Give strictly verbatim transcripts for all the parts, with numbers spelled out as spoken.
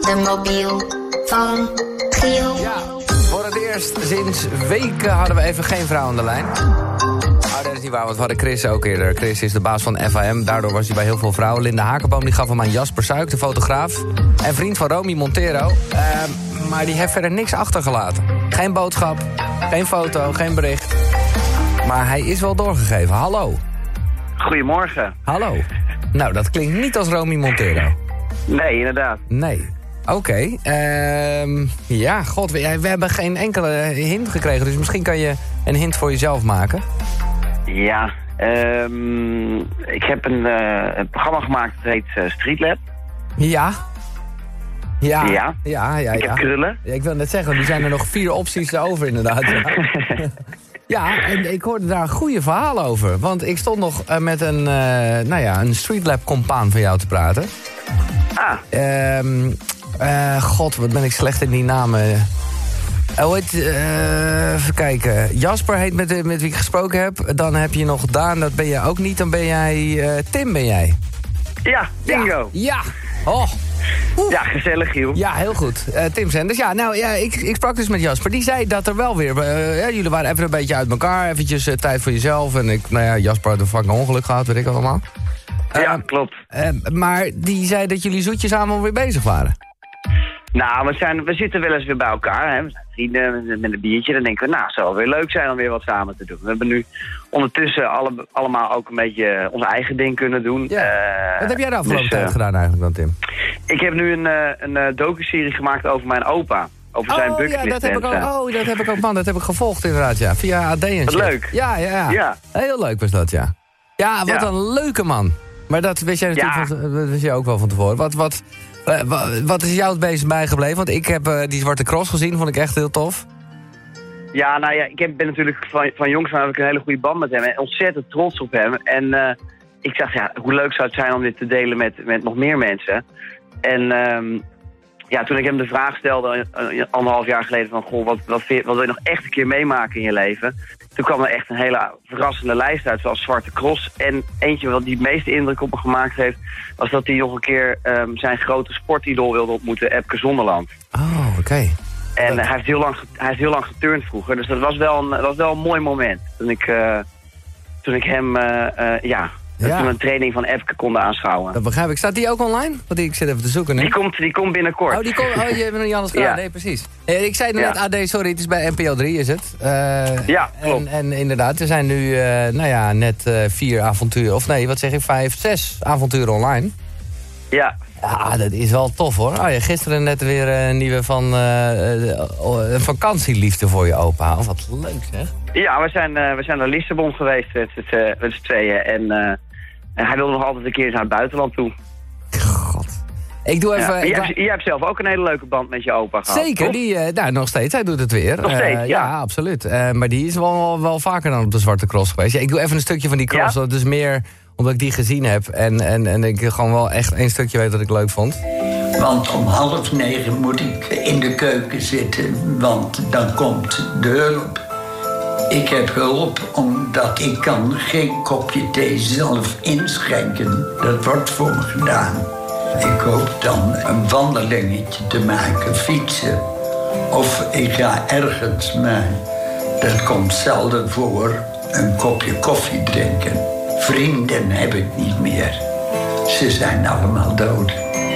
De mobiel van Giel. Ja, voor het eerst sinds weken hadden we even geen vrouw aan de lijn. Oh, dat is niet waar, want we hadden Chris ook eerder. Chris is de baas van F I M, daardoor was hij bij heel veel vrouwen. Linda Hakenboom die gaf hem aan Jasper Suik, de fotograaf. En vriend van Romy Montero. Uh, maar die heeft verder niks achtergelaten. Geen boodschap, geen foto, geen bericht. Maar hij is wel doorgegeven. Hallo. Goedemorgen. Hallo. Nou, dat klinkt niet als Romy Montero. Nee, inderdaad. Nee. Oké. Okay. Uh, ja, god, we, we hebben geen enkele hint gekregen. Dus misschien kan je een hint voor jezelf maken. Ja, um, ik heb een, uh, een programma gemaakt dat heet uh, Street Lab. Ja. Ja. Ja. Ja, ja, ik ja. heb krullen. Ja, ik wil net zeggen, er zijn er nog vier opties over inderdaad. Ja. Ja, en ik hoorde daar een goede verhaal over. Want ik stond nog uh, met een, uh, nou ja, een Street Lab compaan van jou te praten. Ah. Um, uh, God, wat ben ik slecht in die namen. Uh, hoe heet, uh, even kijken. Jasper heet met, met wie ik gesproken heb. Dan heb je nog Daan, dat ben jij ook niet. Dan ben jij, uh, Tim ben jij. Ja, bingo. Ja, ja. Oh. Oeh. Ja, gezellig, Giel. Ja, heel goed. Uh, Tim Sanders. Ja, nou, ja, ik, ik sprak dus met Jasper. Die zei dat er wel weer... Uh, ja, jullie waren even een beetje uit elkaar. Eventjes uh, tijd voor jezelf. En ik, nou ja, Jasper had een fucking ongeluk gehad, weet ik allemaal. Uh, ja, klopt. Uh, maar die zei dat jullie zoetjes samen weer bezig waren. Nou, we, zijn, we zitten wel eens weer bij elkaar. Hè. We zijn vrienden met een biertje. Dan denken we, nou, het zou wel weer leuk zijn om weer wat samen te doen. We hebben nu ondertussen alle, allemaal ook een beetje ons eigen ding kunnen doen. Ja. Uh, wat heb jij de afgelopen dus, tijd uh, gedaan eigenlijk dan, Tim? Ik heb nu een, uh, een uh, docuserie gemaakt over mijn opa. Over oh, zijn bucketlist. Ja, dat heb ik ook, oh, dat heb ik ook, man. Dat heb ik gevolgd inderdaad, ja. Via A D en wat leuk. Ja, ja, ja, ja. Heel leuk was dat, ja. Ja, wat ja. een leuke man. Maar dat wist jij natuurlijk ja. van, dat wist jij ook wel van tevoren. Wat, wat, wat, wat is jou het meest bijgebleven? Want ik heb uh, die Zwarte Cross gezien, vond ik echt heel tof. Ja, nou ja, ik heb, ben natuurlijk van, van jongs van heb ik een hele goede band met hem. En ontzettend trots op hem. En uh, ik dacht, ja, hoe leuk zou het zijn om dit te delen met, met nog meer mensen. En um, ja, toen ik hem de vraag stelde, uh, anderhalf jaar geleden, van goh, wat, wat, wat wil je nog echt een keer meemaken in je leven? Toen kwam er echt een hele verrassende lijst uit, zoals Zwarte Cross. En eentje wat die het meeste indruk op me gemaakt heeft, was dat hij nog een keer um, zijn grote sportidool wilde ontmoeten, Epke Zonderland. Oh, oké. Okay. En uh, hij, heeft heel lang, hij heeft heel lang geturnd vroeger, dus dat was wel een, dat was wel een mooi moment. Toen ik, uh, toen ik hem, uh, uh, ja... Dat ja. we een training van Epke konden aanschouwen. Dat begrijp ik. Staat die ook online? Want ik zit even te zoeken nu. Die komt, die komt binnenkort. Oh, die komt, oh je bent Jan het ja. Nee, precies. Ik zei net ja. A D, sorry, het is bij N P O drie is het. Uh, ja, klopt. En, en inderdaad, er zijn nu, uh, nou ja, net uh, vier avonturen. Of nee, wat zeg ik, vijf, zes avonturen online. Ja. Ja, dat is wel tof hoor. Oh ja, gisteren net weer een nieuwe van uh, een vakantieliefde voor je opa. Oh, wat leuk zeg. Ja, we zijn, uh, we zijn naar Lissabon geweest met z'n tweeën. En uh, hij wilde nog altijd een keer naar het buitenland toe. God. Ik doe even... Ja, ik jij, wa- hebt, jij hebt zelf ook een hele leuke band met je opa gehad. Zeker, toch? die, uh, nou, nog steeds. Hij doet het weer. Nog steeds, uh, ja. Ja, absoluut. Uh, maar die is wel, wel vaker dan op de Zwarte Cross geweest. Ja, ik doe even een stukje van die cross. Ja? Dat is meer omdat ik die gezien heb. En, en, en ik gewoon wel echt één stukje weet dat ik leuk vond. Want om half negen moet ik in de keuken zitten. Want dan komt de hulp. Ik heb hulp omdat ik kan geen kopje thee zelf inschenken. Dat wordt voor me gedaan. Ik hoop dan een wandelingetje te maken, fietsen. Of ik ga ergens, maar dat komt zelden voor, een kopje koffie drinken. Vrienden heb ik niet meer. Ze zijn allemaal dood.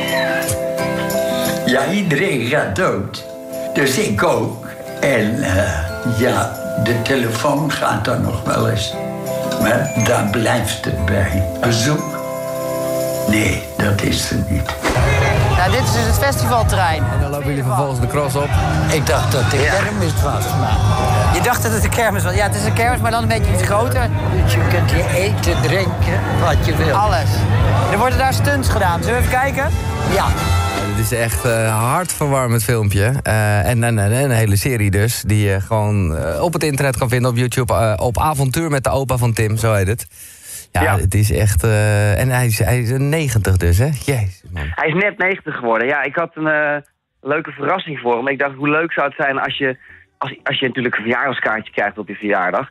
Ja, iedereen gaat dood. Dus ik ook. En uh, ja... De telefoon gaat dan nog wel eens. Maar daar blijft het bij. Bezoek? Nee, dat is er niet. Nou, dit is dus het festivalterrein. En dan lopen jullie vervolgens de cross op. Ik dacht dat de kermis was, maar... Je dacht dat het een kermis was. Ja, het is een kermis, maar dan een beetje iets groter. Dus je kunt je eten, drinken, wat je wil. Alles. Er worden daar stunts gedaan. Zullen we even kijken? Ja. Het is echt een uh, hartverwarmend filmpje. Uh, en, en, en een hele serie dus. Die je gewoon uh, op het internet kan vinden op YouTube. Uh, op Avontuur met de opa van Tim, zo heet het. Ja, ja. Het is echt... Uh, en hij is, hij is negentig dus, hè? Jezus, man. Hij is net negentig geworden. Ja, ik had een uh, leuke verrassing voor hem. Ik dacht, hoe leuk zou het zijn als je... Als, als je natuurlijk een verjaardagskaartje krijgt op je verjaardag.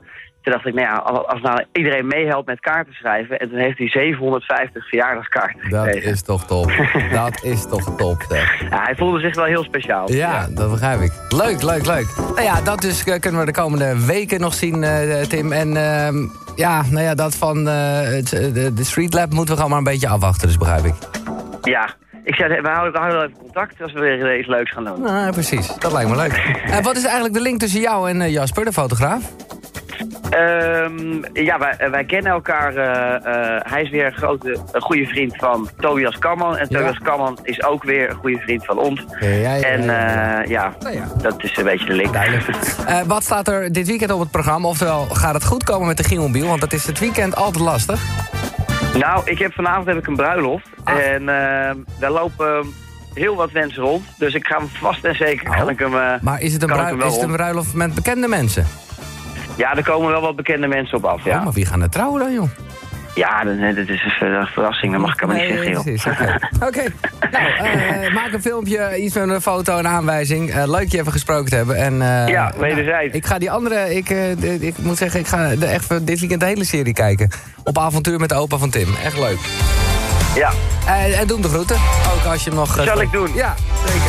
Toen dacht ik, nou ja, als, als nou iedereen meehelpt met kaarten schrijven... en toen heeft hij zevenhonderdvijftig verjaardagskaarten Dat gekregen. is toch top. Dat is toch top, zeg. Ja, hij voelde zich wel heel speciaal. Ja, ja, dat begrijp ik. Leuk, leuk, leuk. Nou ja, dat dus uh, kunnen we de komende weken nog zien, uh, Tim. En uh, ja, nou ja, dat van uh, de, de Street Lab moeten we gewoon maar een beetje afwachten, dus begrijp ik. Ja, ik zei, we houden, we houden wel even contact als we weer iets leuks gaan doen. Nou, precies. Dat lijkt me leuk. uh, wat is eigenlijk de link tussen jou en uh, Jasper, de fotograaf? Um, ja, wij, wij kennen elkaar. Uh, uh, hij is weer een grote, een goede vriend van Tobias Kamman. En Tobias ja. Kamman is ook weer een goede vriend van ons. Ja, ja, ja, en uh, ja, ja, nou ja, dat is een beetje de link. uh, wat staat er dit weekend op het programma? Oftewel, gaat het goed komen met de Gielmobiel? Want dat is het weekend altijd lastig. Nou, ik heb, vanavond heb ik een bruiloft. Ah. En uh, daar lopen heel wat mensen rond. Dus ik ga hem vast en zeker... Oh. Kan ik hem, uh, maar is het een, brui- is het een bruiloft met bekende mensen? Ja, er komen wel wat bekende mensen op af, ja. Oh, maar wie gaan er trouwen dan, joh? Ja, dat, dat is een verrassing, dat mag ik helemaal nee, niet zeggen, joh. Oké, okay. nou, uh, maak een filmpje, iets met een foto, een aanwijzing. Uh, leuk je even gesproken te hebben. En, uh, ja, wederzijds. Nou, ik ga die andere, ik, uh, ik moet zeggen, ik ga de, echt dit weekend de hele serie kijken. Op avontuur met de opa van Tim. Echt leuk. Ja. Uh, en doe hem de groeten. Ook als je hem nog... Uh, Zal ik doen? Ja, zeker.